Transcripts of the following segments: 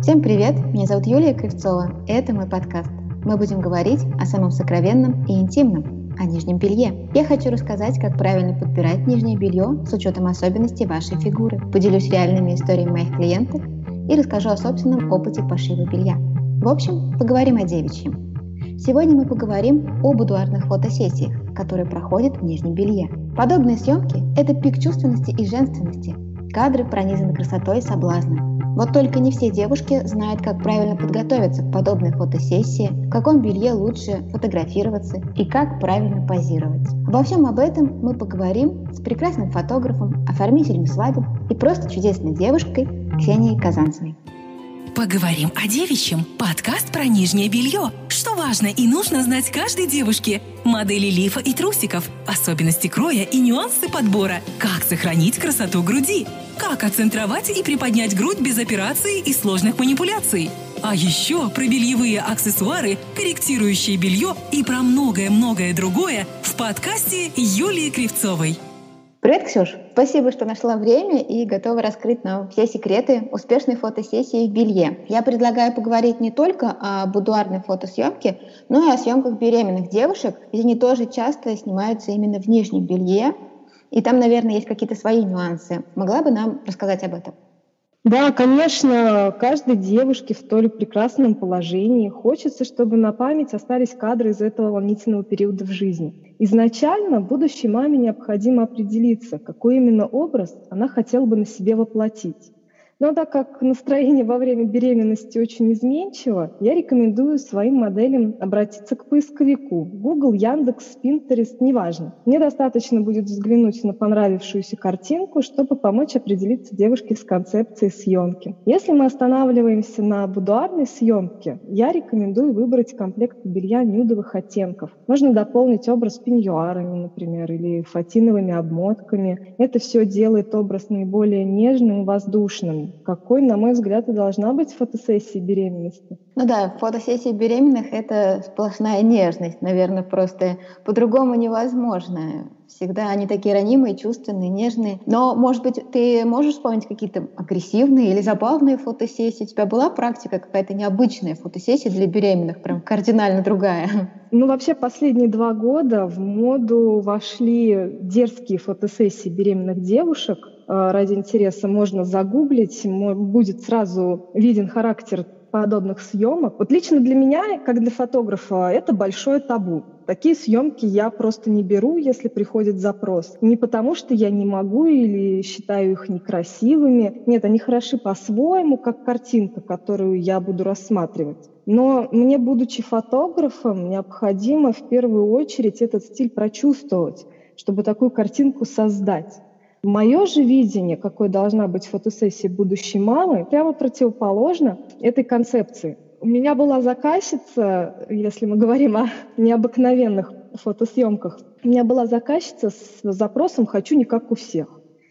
Всем привет! Меня зовут Юлия Кривцова, и это мой подкаст. Мы будем говорить о самом сокровенном и интимном, о нижнем белье. Я хочу рассказать, как правильно подбирать нижнее белье с учетом особенностей вашей фигуры. Поделюсь реальными историями моих клиенток и расскажу о собственном опыте пошива белья. В общем, поговорим о девичьем. Сегодня мы поговорим о будуарных фотосессиях, которые проходят в нижнем белье. Подобные съемки – это пик чувственности и женственности. Кадры пронизаны красотой и соблазном. Вот только не все девушки знают, как правильно подготовиться к подобной фотосессии, в каком белье лучше фотографироваться и как правильно позировать. Обо всем об этом мы поговорим с прекрасным фотографом, оформителем свадеб и просто чудесной девушкой Ксенией Казанцевой. Поговорим о девичьем. Подкаст про нижнее белье. Что важно и нужно знать каждой девушке. Модели лифа и трусиков, особенности кроя и нюансы подбора. Как сохранить красоту груди. Как отцентровать и приподнять грудь без операций и сложных манипуляций. А еще про бельевые аксессуары, корректирующие белье и про многое-многое другое в подкасте Юлии Кривцовой. Привет, Ксюш! Спасибо, что нашла время и готова раскрыть нам все секреты успешной фотосессии в белье. Я предлагаю поговорить не только о будуарной фотосъемке, но и о съемках беременных девушек, ведь они тоже часто снимаются именно в нижнем белье, и там, наверное, есть какие-то свои нюансы. Могла бы нам рассказать об этом? Да, конечно, каждой девушке в столь прекрасном положении хочется, чтобы на память остались кадры из этого волнительного периода в жизни. Изначально будущей маме необходимо определиться, какой именно образ она хотела бы на себе воплотить. Но так как настроение во время беременности очень изменчиво, я рекомендую своим моделям обратиться к поисковику. Google, Яндекс, Pinterest, неважно. Мне достаточно будет взглянуть на понравившуюся картинку, чтобы помочь определиться девушке с концепцией съемки. Если мы останавливаемся на будуарной съемке, я рекомендую выбрать комплект белья нюдовых оттенков. Можно дополнить образ пеньюарами, например, или фатиновыми обмотками. Это все делает образ наиболее нежным и воздушным. Какой, на мой взгляд, и должна быть фотосессия беременности? Ну да, фотосессия беременных — это сплошная нежность, наверное, просто по-другому невозможно. Всегда они такие ранимые, чувственные, нежные. Но, может быть, ты можешь вспомнить какие-то агрессивные или забавные фотосессии? У тебя была практика какая-то необычная фотосессия для беременных, прям кардинально другая? Вообще, последние 2 года в моду вошли дерзкие фотосессии беременных девушек. Ради интереса можно загуглить, будет сразу виден характер подобных съемок. Вот лично для меня, как для фотографа, это большое табу. Такие съемки я просто не беру, если приходит запрос. Не потому, что я не могу или считаю их некрасивыми. Нет, они хороши по-своему, как картинка, которую я буду рассматривать. Но мне, будучи фотографом, необходимо в первую очередь этот стиль прочувствовать, чтобы такую картинку создать. Мое же видение, какой должна быть фотосессия будущей мамы, прямо противоположно этой концепции. У меня была заказчица, если мы говорим о необыкновенных фотосъемках, у меня была заказчица с запросом «хочу не как у всех».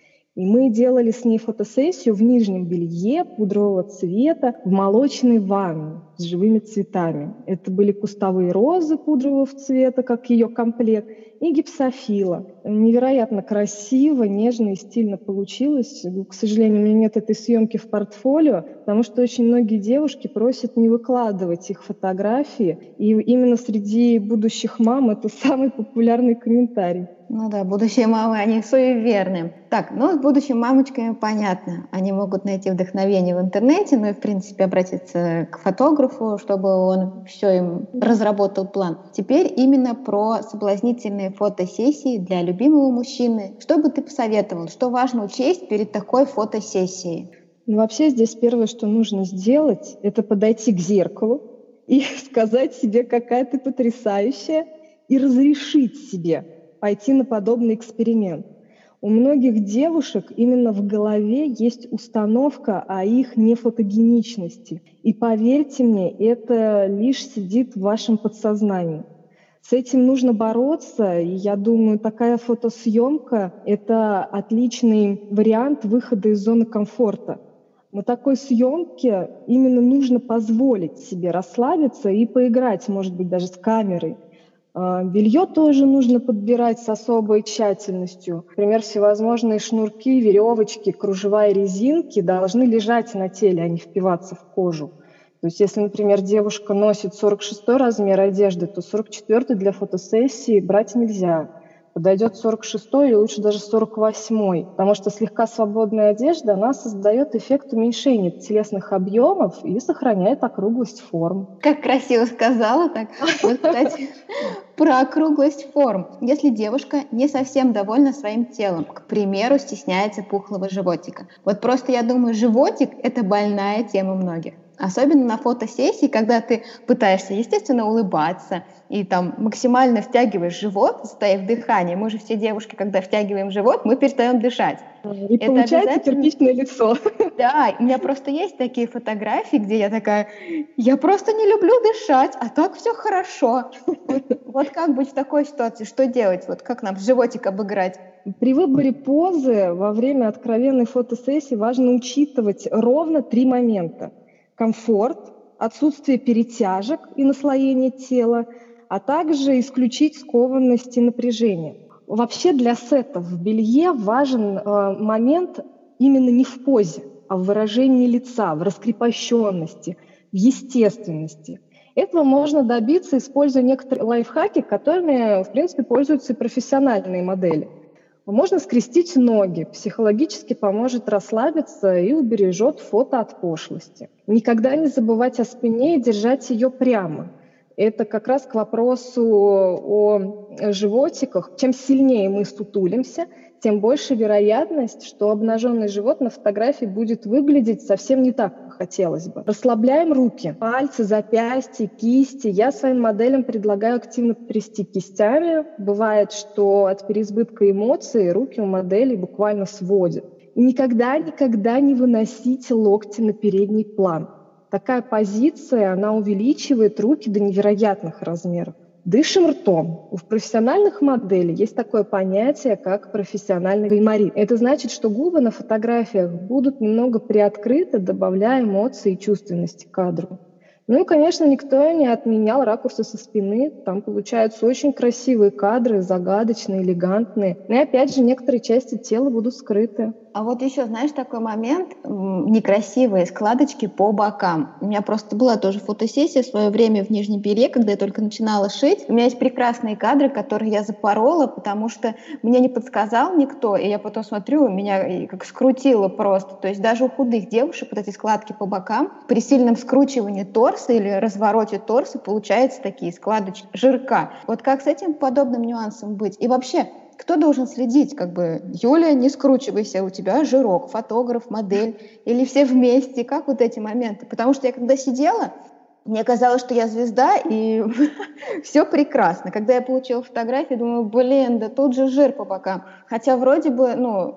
И мы делали с ней фотосессию в нижнем белье пудрового цвета в молочной ванне с живыми цветами. Это были кустовые розы пудрового цвета, как ее комплект, и гипсофила. Невероятно красиво, нежно и стильно получилось. К сожалению, у меня нет этой съемки в портфолио, потому что очень многие девушки просят не выкладывать их фотографии. И именно среди будущих мам это самый популярный комментарий. Ну да, будущие мамы, они суеверны. Так, с будущими мамочками понятно. Они могут найти вдохновение в интернете, и, в принципе, обратиться к фотографу, чтобы он все им разработал план. Теперь именно про соблазнительные фотосессии для любимого мужчины. Что бы ты посоветовал? Что важно учесть перед такой фотосессией? Вообще здесь первое, что нужно сделать, это подойти к зеркалу и сказать себе, какая ты потрясающая, и разрешить себе пойти на подобный эксперимент. У многих девушек именно в голове есть установка о их нефотогеничности. И поверьте мне, это лишь сидит в вашем подсознании. С этим нужно бороться, и я думаю, такая фотосъемка — это отличный вариант выхода из зоны комфорта. На такой съемке именно нужно позволить себе расслабиться и поиграть, может быть, даже с камерой. Белье тоже нужно подбирать с особой тщательностью. Например, всевозможные шнурки, веревочки, кружева и резинки должны лежать на теле, а не впиваться в кожу. То есть если, например, девушка носит 46 размер одежды, то 44 для фотосессии брать нельзя. Подойдет 46 или лучше даже 48, потому что слегка свободная одежда, она создает эффект уменьшения телесных объемов и сохраняет округлость форм. Как красиво сказала так. Вот, кстати, про округлость форм. Если девушка не совсем довольна своим телом, к примеру, стесняется пухлого животика. Вот просто я думаю, животик — это больная тема многих. Особенно на фотосессии, когда ты пытаешься, естественно, улыбаться и там максимально втягиваешь живот, затаив дыхание. Мы же все девушки, когда втягиваем живот, мы перестаем дышать. И это получается кирпичное лицо. Да, у меня просто есть такие фотографии, где я такая, я просто не люблю дышать, а так все хорошо. Вот как быть в такой ситуации, что делать, вот как нам животик обыграть? При выборе позы во время откровенной фотосессии важно учитывать ровно 3 момента. Комфорт, отсутствие перетяжек и наслоения тела, а также исключить скованность и напряжение. Вообще для сетов в белье важен момент именно не в позе, а в выражении лица, в раскрепощенности, в естественности. Этого можно добиться, используя некоторые лайфхаки, которыми, в принципе, пользуются и профессиональные модели. Можно скрестить ноги, психологически поможет расслабиться и убережет фото от пошлости. Никогда не забывать о спине и держать ее прямо. Это как раз к вопросу о животиках. Чем сильнее мы сутулимся, тем больше вероятность, что обнаженный живот на фотографии будет выглядеть совсем не так, как хотелось бы. Расслабляем руки, пальцы, запястья, кисти. Я своим моделям предлагаю активно трясти кистями. Бывает, что от переизбытка эмоций руки у моделей буквально сводят. И никогда не выносите локти на передний план. Такая позиция, она увеличивает руки до невероятных размеров. Дышим ртом. У профессиональных моделей есть такое понятие, как профессиональный гайморит. Это значит, что губы на фотографиях будут немного приоткрыты, добавляя эмоции и чувственности к кадру. Ну и, конечно, никто не отменял ракурсы со спины. Там получаются очень красивые кадры, загадочные, элегантные. И опять же, некоторые части тела будут скрыты. А вот еще, знаешь, такой момент, некрасивые складочки по бокам. У меня просто была тоже фотосессия в свое время в нижнем белье, когда я только начинала шить. У меня есть прекрасные кадры, которые я запорола, потому что мне не подсказал никто, и я потом смотрю, меня как скрутило просто. То есть даже у худых девушек вот эти складки по бокам, при сильном скручивании торса или развороте торса получаются такие складочки жирка. Вот как с этим подобным нюансом быть? И вообще, кто должен следить? Как бы, Юля, не скручивайся, у тебя жирок, фотограф, модель, или все вместе? Как вот эти моменты? Потому что я когда сидела, мне казалось, что я звезда, и все прекрасно. Когда я получила фотографию, думаю, блин, да тут же жир по бокам. Хотя вроде бы,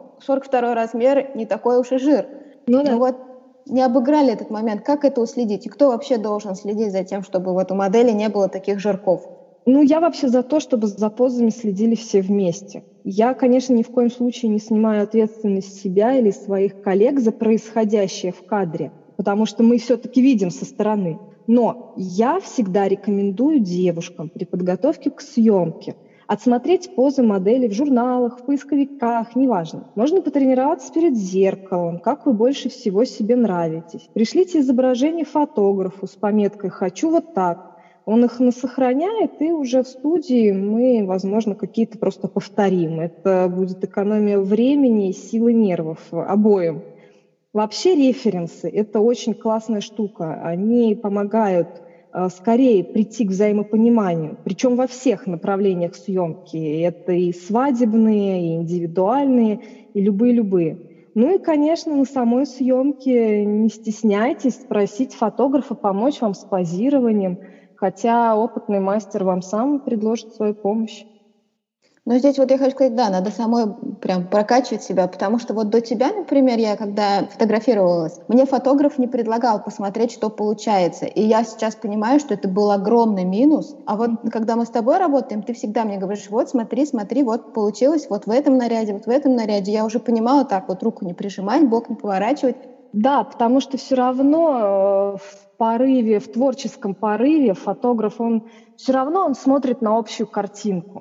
42 размер не такой уж и жир. Но вот не обыграли этот момент. Как это уследить? И кто вообще должен следить за тем, чтобы вот у модели не было таких жирков? Я вообще за то, чтобы за позами следили все вместе. Я, конечно, ни в коем случае не снимаю ответственность с себя или своих коллег за происходящее в кадре, потому что мы все-таки видим со стороны. Но я всегда рекомендую девушкам при подготовке к съемке отсмотреть позы моделей в журналах, в поисковиках, неважно. Можно потренироваться перед зеркалом, как вы больше всего себе нравитесь. Пришлите изображение фотографу с пометкой «Хочу вот так». Он их сохраняет, и уже в студии мы, возможно, какие-то просто повторим. Это будет экономия времени и силы нервов обоим. Вообще референсы – это очень классная штука. Они помогают скорее прийти к взаимопониманию, причем во всех направлениях съемки. Это и свадебные, и индивидуальные, и любые-любые. Ну и, конечно, на самой съемке не стесняйтесь спросить фотографа помочь вам с позированием, хотя опытный мастер вам сам предложит свою помощь. Но здесь вот я хочу сказать, да, надо самой прям прокачивать себя, потому что вот до тебя, например, я когда фотографировалась, мне фотограф не предлагал посмотреть, что получается. И я сейчас понимаю, что это был огромный минус. А вот когда мы с тобой работаем, ты всегда мне говоришь, вот смотри, вот получилось вот в этом наряде, вот в этом наряде. Я уже понимала так, вот руку не прижимать, бок не поворачивать. Да, потому что все равно порыве, в творческом порыве фотограф, он все равно он смотрит на общую картинку.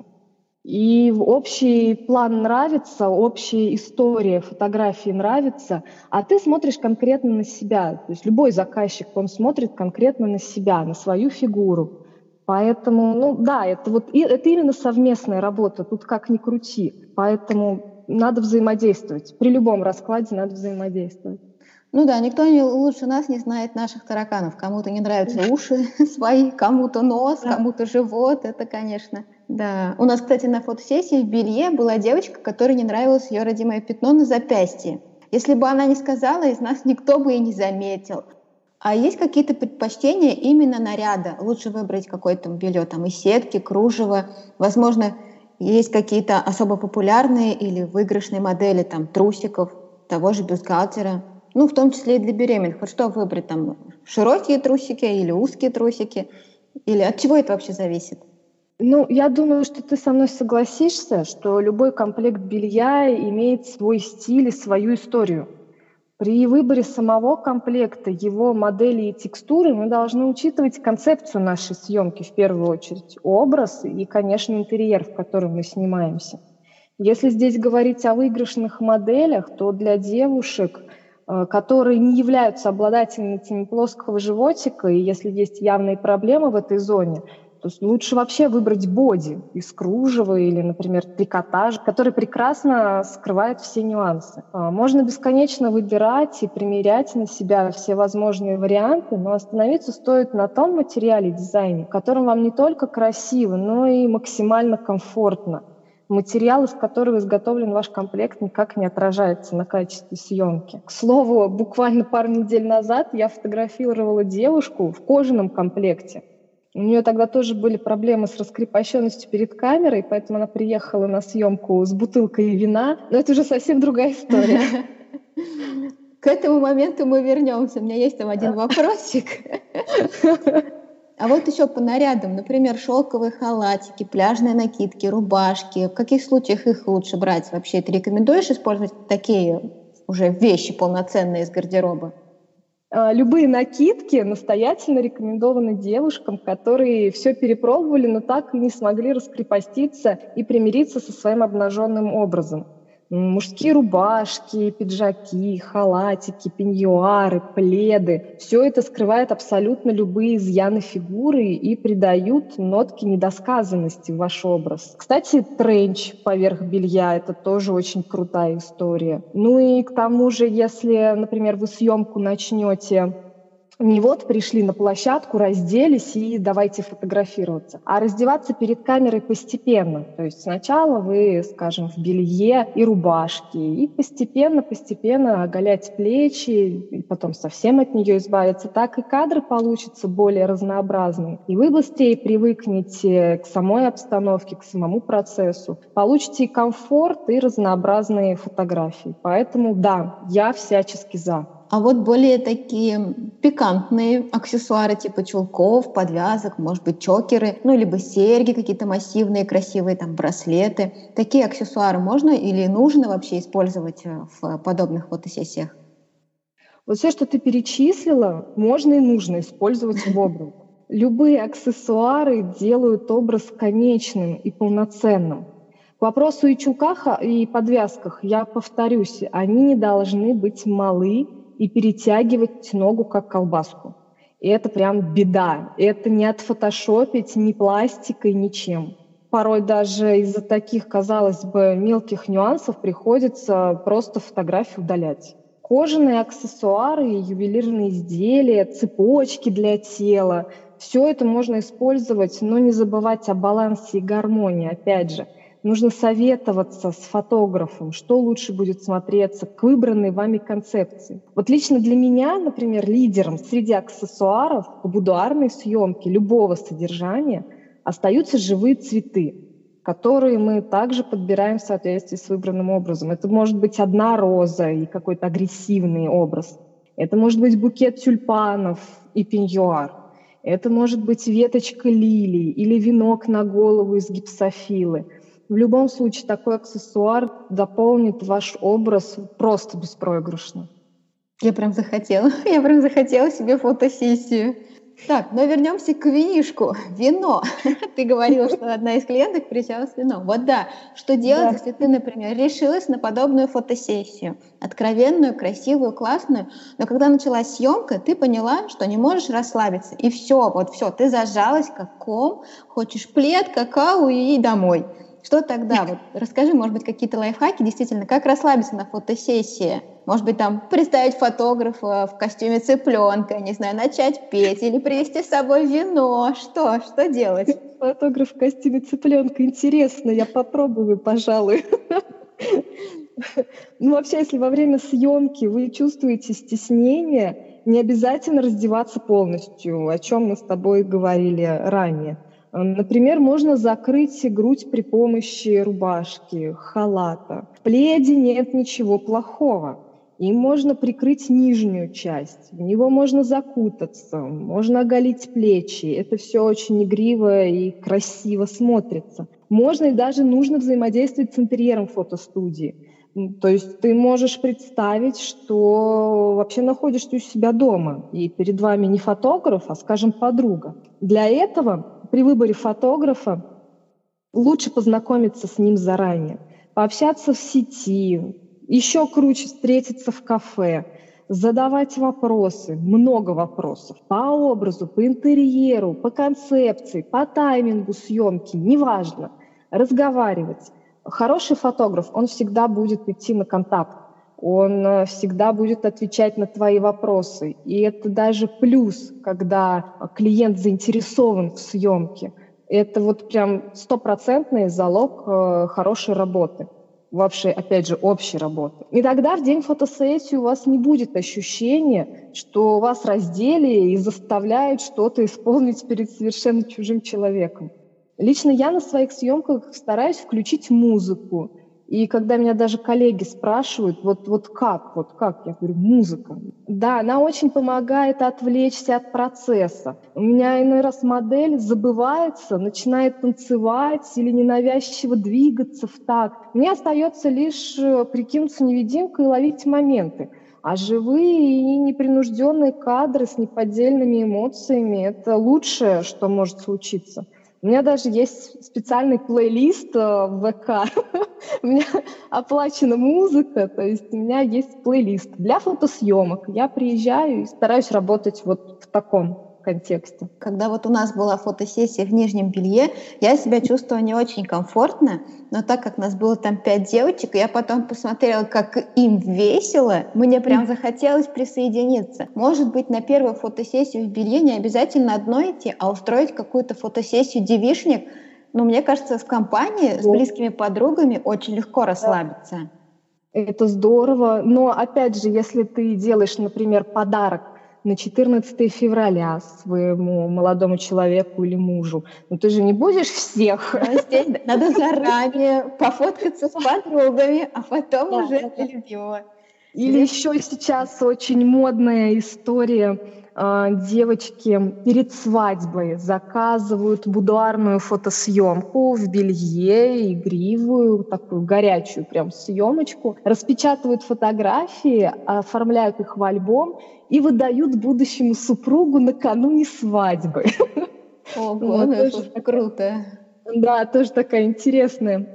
И общий план нравится, общая история фотографии нравится, а ты смотришь конкретно на себя. То есть любой заказчик, он смотрит конкретно на себя, на свою фигуру. Поэтому, это именно совместная работа, тут как ни крути. Поэтому надо взаимодействовать. При любом раскладе надо взаимодействовать. Никто лучше нас не знает наших тараканов. Кому-то не нравятся уши свои, кому-то нос, кому-то живот. Это, конечно, да. У нас, кстати, на фотосессии в белье была девочка, которой не нравилось ее родимое пятно на запястье. Если бы она не сказала, из нас никто бы и не заметил. А есть какие-то предпочтения именно наряда? Лучше выбрать какое-то белье там из сетки, кружева. Возможно, есть какие-то особо популярные или выигрышные модели там трусиков, того же бюстгальтера. В том числе и для беременных. Вот что выбрать там? Широкие трусики или узкие трусики? Или от чего это вообще зависит? Я думаю, что ты со мной согласишься, что любой комплект белья имеет свой стиль и свою историю. При выборе самого комплекта, его модели и текстуры мы должны учитывать концепцию нашей съемки в первую очередь, образ и, конечно, интерьер, в котором мы снимаемся. Если здесь говорить о выигрышных моделях, то для девушек, которые не являются обладательницами плоского животика, и если есть явные проблемы в этой зоне, то лучше вообще выбрать боди из кружева или, например, трикотаж, который прекрасно скрывает все нюансы. Можно бесконечно выбирать и примерять на себя все возможные варианты, но остановиться стоит на том материале, дизайне, в котором вам не только красиво, но и максимально комфортно. Материал, из которого изготовлен ваш комплект, никак не отражается на качестве съемки. К слову, буквально пару недель назад я фотографировала девушку в кожаном комплекте. У нее тогда тоже были проблемы с раскрепощенностью перед камерой, поэтому она приехала на съемку с бутылкой вина. Но это уже совсем другая история. К этому моменту мы вернемся. У меня есть там один вопросик. А вот еще по нарядам, например, шелковые халатики, пляжные накидки, рубашки. В каких случаях их лучше брать вообще? Ты рекомендуешь использовать такие уже вещи полноценные из гардероба? Любые накидки настоятельно рекомендованы девушкам, которые все перепробовали, но так и не смогли раскрепоститься и примириться со своим обнаженным образом. Мужские рубашки, пиджаки, халатики, пеньюары, пледы – все это скрывает абсолютно любые изъяны фигуры и придают нотки недосказанности в ваш образ. Кстати, тренч поверх белья – это тоже очень крутая история. И к тому же, если, например, вы съемку начнете не пришли на площадку, разделись и давайте фотографироваться, а раздеваться перед камерой постепенно. То есть сначала вы, скажем, в белье и рубашке, и постепенно оголять плечи, и потом совсем от нее избавиться. Так и кадры получатся более разнообразные. И вы быстрее привыкнете к самой обстановке, к самому процессу. Получите и комфорт, и разнообразные фотографии. Поэтому да, я всячески за. А вот более такие пикантные аксессуары типа чулков, подвязок, может быть, чокеры, либо серьги какие-то массивные, красивые, там, браслеты. Такие аксессуары можно или нужно вообще использовать в подобных фотосессиях? Вот все, что ты перечислила, можно и нужно использовать в образе. Любые аксессуары делают образ конечным и полноценным. К вопросу и чулках, и подвязках я повторюсь, они не должны быть малы и перетягивать ногу как колбаску. И это прям беда. Это не отфотошопить ни пластикой, ничем. Порой даже из-за таких, казалось бы, мелких нюансов приходится просто фотографию удалять. Кожаные аксессуары, ювелирные изделия, цепочки для тела – все это можно использовать, но не забывать о балансе и гармонии, опять же. Нужно советоваться с фотографом, что лучше будет смотреться к выбранной вами концепции. Вот лично для меня, например, лидером среди аксессуаров по будуарной съемке любого содержания остаются живые цветы, которые мы также подбираем в соответствии с выбранным образом. Это может быть одна роза и какой-то агрессивный образ. Это может быть букет тюльпанов и пеньюар. Это может быть веточка лилии или венок на голову из гипсофилы. В любом случае, такой аксессуар дополнит ваш образ просто беспроигрышно. Я прям захотела. Я прям захотела себе фотосессию. Так, но вернемся к винишку. Вино. Ты говорила, что одна из клиенток приезжала с вином. Вот да, что делать, если ты, например, решилась на подобную фотосессию? Откровенную, красивую, классную, но когда началась съемка, ты поняла, что не можешь расслабиться. И все, вот все, ты зажалась как ком, хочешь плед, какао и домой. Что тогда? Вот расскажи, может быть, какие-то лайфхаки, действительно, как расслабиться на фотосессии? Может быть, там представить фотографа в костюме цыпленка, не знаю, начать петь или привезти с собой вино. Что делать? Фотограф в костюме цыпленка. Интересно, я попробую, пожалуй. Ну, вообще, если во время съемки вы чувствуете стеснение, не обязательно раздеваться полностью, о чем мы с тобой говорили ранее. Например, можно закрыть грудь при помощи рубашки, халата. В пледе нет ничего плохого. Им можно прикрыть нижнюю часть, в него можно закутаться, можно оголить плечи. Это все очень игриво и красиво смотрится. Можно и даже нужно взаимодействовать с интерьером фотостудии. То есть ты можешь представить, что вообще находишься у себя дома, и перед вами не фотограф, а, скажем, подруга. Для этого при выборе фотографа лучше познакомиться с ним заранее, пообщаться в сети, еще круче встретиться в кафе, задавать вопросы, много вопросов по образу, по интерьеру, по концепции, по таймингу съемки, неважно, разговаривать. Хороший фотограф, он всегда будет идти на контакт, он всегда будет отвечать на твои вопросы. И это даже плюс, когда клиент заинтересован в съемке. Это вот прям стопроцентный залог хорошей работы. Вообще, опять же, общей работы. И тогда в день фотосессии у вас не будет ощущения, что вас раздели и заставляют что-то исполнить перед совершенно чужим человеком. Лично я на своих съемках стараюсь включить музыку. И когда меня даже коллеги спрашивают, вот как, я говорю, музыка. Да, она очень помогает отвлечься от процесса. У меня иной раз модель забывается, начинает танцевать или ненавязчиво двигаться в такт. Мне остается лишь прикинуться невидимкой и ловить моменты. А живые и непринужденные кадры с неподдельными эмоциями – это лучшее, что может случиться. У меня даже есть специальный плейлист в ВК. У меня оплачена музыка, то есть у меня есть плейлист для фотосъемок. Я приезжаю и стараюсь работать вот в таком контексте. Когда вот у нас была фотосессия в нижнем белье, я себя чувствовала не очень комфортно, но так как нас было там 5 девочек, я потом посмотрела, как им весело, мне прям захотелось присоединиться. Может быть, на первую фотосессию в белье не обязательно одной идти, а устроить какую-то фотосессию девичник. Но мне кажется, в компании с близкими подругами очень легко расслабиться. Это здорово, но опять же, если ты делаешь, например, подарок на 14 февраля своему молодому человеку или мужу, но ты же не будешь всех. Надо заранее пофоткаться с подругами, а потом уже для любимого. Или еще сейчас очень модная история. Девочки перед свадьбой заказывают будуарную фотосъемку в белье, игривую, такую горячую прям съемочку, распечатывают фотографии, оформляют их в альбом и выдают будущему супругу накануне свадьбы. Ого, это круто. Да, тоже такая интересная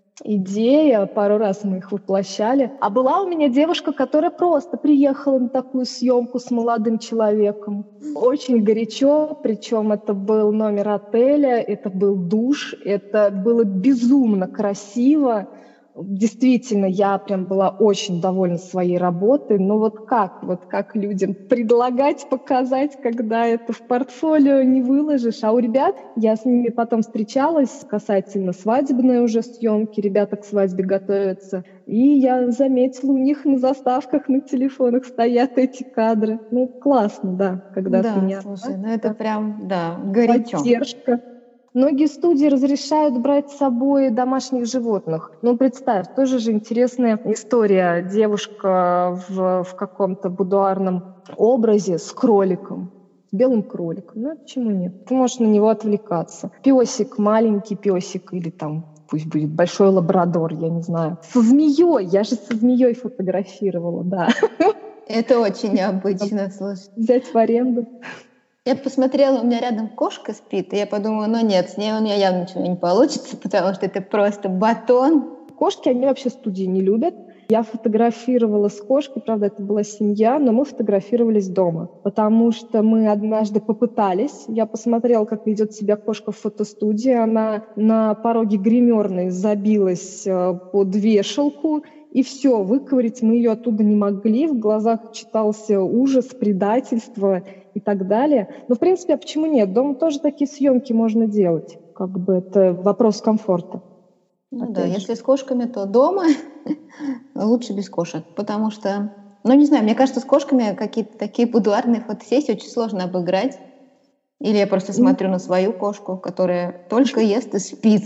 идея, пару раз мы их воплощали. А была у меня девушка, которая просто приехала на такую съемку с молодым человеком. Очень горячо, причем это был номер отеля, это был душ, это было безумно красиво. Действительно, я прям была очень довольна своей работой, но вот как людям предлагать, показать, когда это в портфолио не выложишь, а у ребят, я с ними потом встречалась касательно свадебной уже съемки, ребята к свадьбе готовятся, и я заметила, у них на заставках, на телефонах стоят эти кадры. Ну, классно, да, когда ты не... Слушай, это прям, горячо. Поддержка. Многие студии разрешают брать с собой домашних животных. Ну, представь, тоже же интересная история. Девушка в каком-то будуарном образе с кроликом, с белым кроликом. Ну, почему нет? Ты можешь на него отвлекаться. Песик, маленький песик или там пусть будет большой лабрадор, я не знаю. Со змеей, я же со змеей фотографировала, да. Это очень необычно, слушай. Взять в аренду. Я посмотрела, у меня рядом кошка спит, и я подумала, ну нет, с ней у меня явно ничего не получится, потому что это просто батон. Кошки, они вообще студии не любят. Я фотографировала с кошкой, правда, это была семья, но мы фотографировались дома, потому что мы однажды попытались. Я посмотрела, как ведет себя кошка в фотостудии. Она на пороге гримерной забилась под вешалку, и все, выковырять мы ее оттуда не могли. В глазах читался ужас, предательство и так далее. Но, в принципе, а почему нет? Дома тоже такие съемки можно делать. Как бы это вопрос комфорта. Ну да, если с кошками, то дома лучше без кошек, потому что, ну не знаю, мне кажется, с кошками какие-то такие будуарные фотосессии очень сложно обыграть. Или я просто смотрю на свою кошку, которая только ест и спит.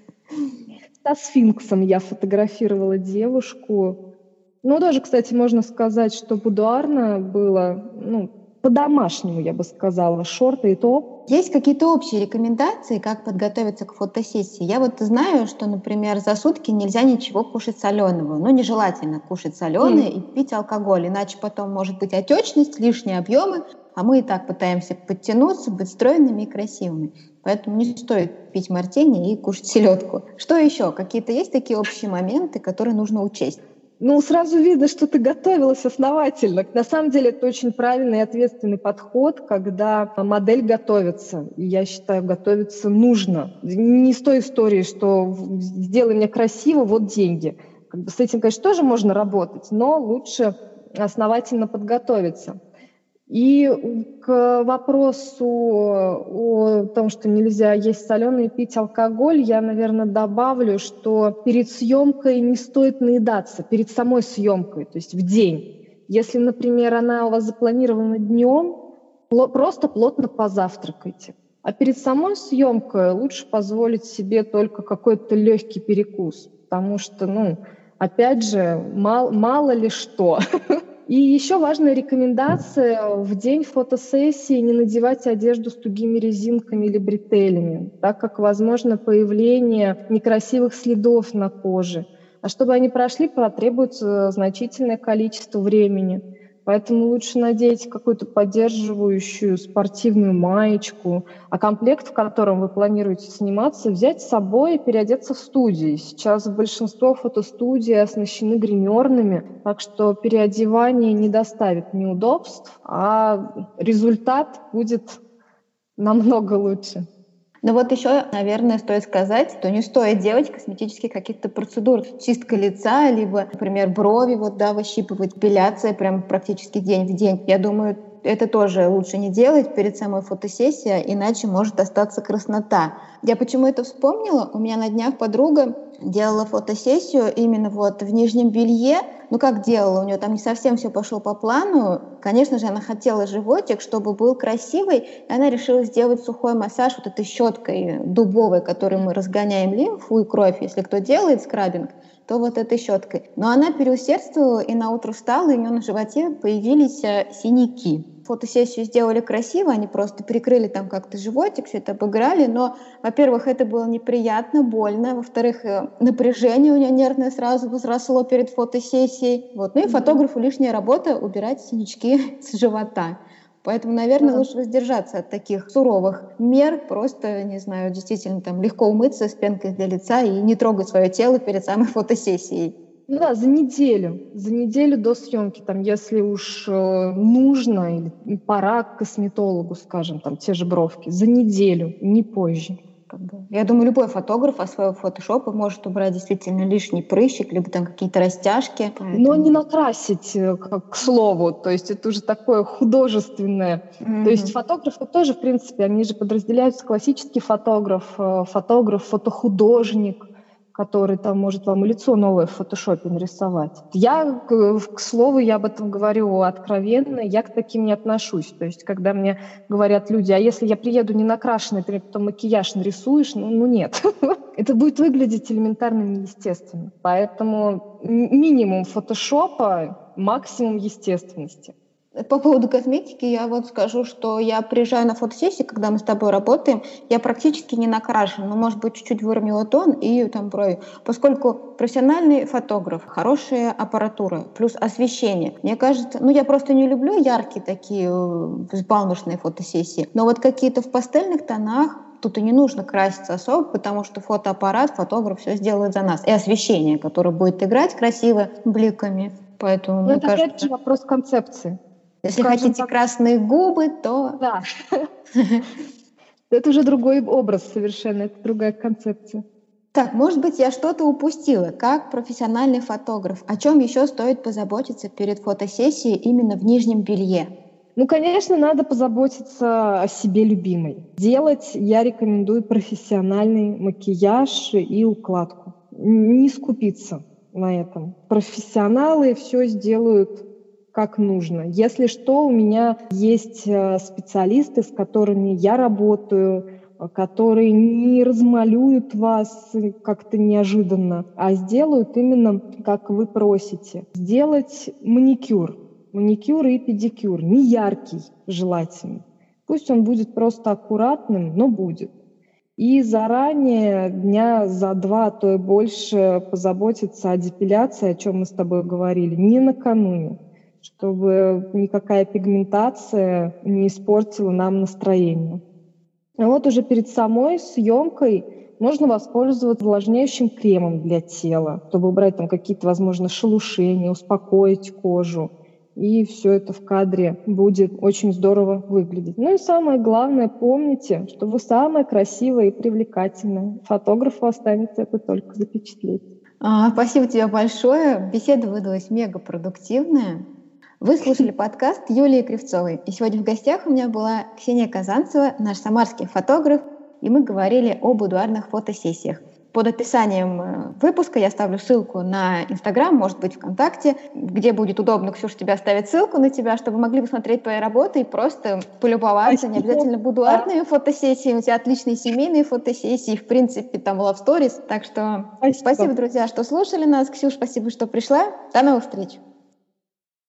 Со сфинксом я фотографировала девушку. Ну, даже, кстати, можно сказать, что будуарно было, по-домашнему, я бы сказала, шорты и топ. Есть какие-то общие рекомендации, как подготовиться к фотосессии? Я вот знаю, что, например, за сутки нельзя ничего кушать соленого. Ну, нежелательно кушать соленое и пить алкоголь, иначе потом может быть отечность, лишние объемы, а мы и так пытаемся подтянуться, быть стройными и красивыми. Поэтому не стоит пить мартини и кушать селедку. Что еще? Какие-то есть такие общие моменты, которые нужно учесть? Сразу видно, что ты готовилась основательно. На самом деле это очень правильный и ответственный подход, когда модель готовится. И я считаю, готовиться нужно. Не с той истории, что сделай мне красиво, вот деньги. С этим, конечно, тоже можно работать, но лучше основательно подготовиться. И к вопросу о том, что нельзя есть соленое и пить алкоголь, я, наверное, добавлю, что перед съемкой не стоит наедаться, перед самой съемкой, то есть в день. Если, например, она у вас запланирована днем, просто плотно позавтракайте. А перед самой съемкой лучше позволить себе только какой-то легкий перекус, потому что, опять же, мало ли что. И еще важная рекомендация: в день фотосессии не надевать одежду с тугими резинками или бретелями, так как возможно появление некрасивых следов на коже. А чтобы они прошли, потребуется значительное количество времени. Поэтому лучше надеть какую-то поддерживающую спортивную маечку, а комплект, в котором вы планируете сниматься, взять с собой и переодеться в студии. Сейчас большинство фотостудий оснащены гримерными, так что переодевание не доставит неудобств, а результат будет намного лучше. Но вот еще, наверное, стоит сказать, что не стоит делать косметических каких-то процедур. Чистка лица, либо, например, брови выщипывать, эпиляция прям практически день в день. Я думаю, это тоже лучше не делать перед самой фотосессией, иначе может остаться краснота. Я почему это вспомнила? У меня на днях подруга делала фотосессию именно вот в нижнем белье. Как делала? У нее там не совсем все пошло по плану. Конечно же, она хотела животик, чтобы был красивый, и она решила сделать сухой массаж вот этой щеткой дубовой, которой мы разгоняем лимфу и кровь. Если кто делает скраббинг, то вот этой щеткой. Но она переусердствовала и наутро встала, и у нее на животе появились синяки. Фотосессию сделали красиво, они просто прикрыли там как-то животик, все это обыграли, но, во-первых, это было неприятно, больно, во-вторых, напряжение у нее нервное сразу возросло перед фотосессией. И фотографу лишняя работа убирать синячки с живота. Поэтому, наверное, лучше воздержаться от таких суровых мер, просто, не знаю, действительно там легко умыться с пенкой для лица и не трогать свое тело перед самой фотосессией. За неделю до съемки, если уж нужно или пора к косметологу, скажем, те же бровки, за неделю, не позже. Я думаю, любой фотограф от своего фотошопа может убрать действительно лишний прыщик, либо там какие-то растяжки. Но не накрасить, к слову, то есть это уже такое художественное. То есть фотографы тоже, в принципе, они же подразделяются: классический фотограф, фотохудожник, который может вам и лицо новое в фотошопе нарисовать. К слову, я об этом говорю откровенно, я к таким не отношусь. То есть, когда мне говорят люди: а если я приеду не накрашенной, ты мне потом макияж нарисуешь? Нет. Это будет выглядеть элементарно неестественно. Поэтому минимум фотошопа, максимум естественности. По поводу косметики я вот скажу, что я приезжаю на фотосессии, когда мы с тобой работаем, я практически не накрашена, но, может быть, чуть-чуть выровняла тон и там брови. Поскольку профессиональный фотограф, хорошая аппаратура, плюс освещение. Мне кажется, я просто не люблю яркие такие взбалмошные фотосессии, но вот какие-то в пастельных тонах, тут и не нужно краситься особо, потому что фотоаппарат, фотограф все сделает за нас. И освещение, которое будет играть красиво бликами. Поэтому, мне это кажется, опять же вопрос концепции. если хотите красные губы, то... Да. Это уже другой образ совершенно, это другая концепция. Так, может быть, я что-то упустила, как профессиональный фотограф. О чем еще стоит позаботиться перед фотосессией именно в нижнем белье? Конечно, надо позаботиться о себе любимой. Делать я рекомендую профессиональный макияж и укладку. Не скупиться на этом. Профессионалы все сделают как нужно. Если что, у меня есть специалисты, с которыми я работаю, которые не размалюют вас как-то неожиданно, а сделают именно, как вы просите. Сделать маникюр и педикюр, не яркий желательно. Пусть он будет просто аккуратным, но будет. И заранее, дня за 2, а то и больше, позаботиться о депиляции, о чем мы с тобой говорили, не накануне, чтобы никакая пигментация не испортила нам настроение. А вот уже перед самой съемкой можно воспользоваться увлажняющим кремом для тела, чтобы убрать там какие-то, возможно, шелушения, успокоить кожу. И все это в кадре будет очень здорово выглядеть. И самое главное, помните, что вы самая красивая и привлекательная. Фотографу останется это только запечатлеть. Спасибо тебе большое. Беседа выдалась мега продуктивная. Вы слушали подкаст Юлии Кривцовой. И сегодня в гостях у меня была Ксения Казанцева, наш самарский фотограф, и мы говорили о будуарных фотосессиях. Под описанием выпуска я оставлю ссылку на Инстаграм, может быть, ВКонтакте, где будет удобно, Ксюша, тебе оставить ссылку на тебя, чтобы могли посмотреть твои работы и просто полюбоваться. Не обязательно будуарные фотосессии, у тебя отличные семейные фотосессии, в принципе, там love stories. Так что спасибо, друзья, что слушали нас. Ксюша, спасибо, что пришла. До новых встреч.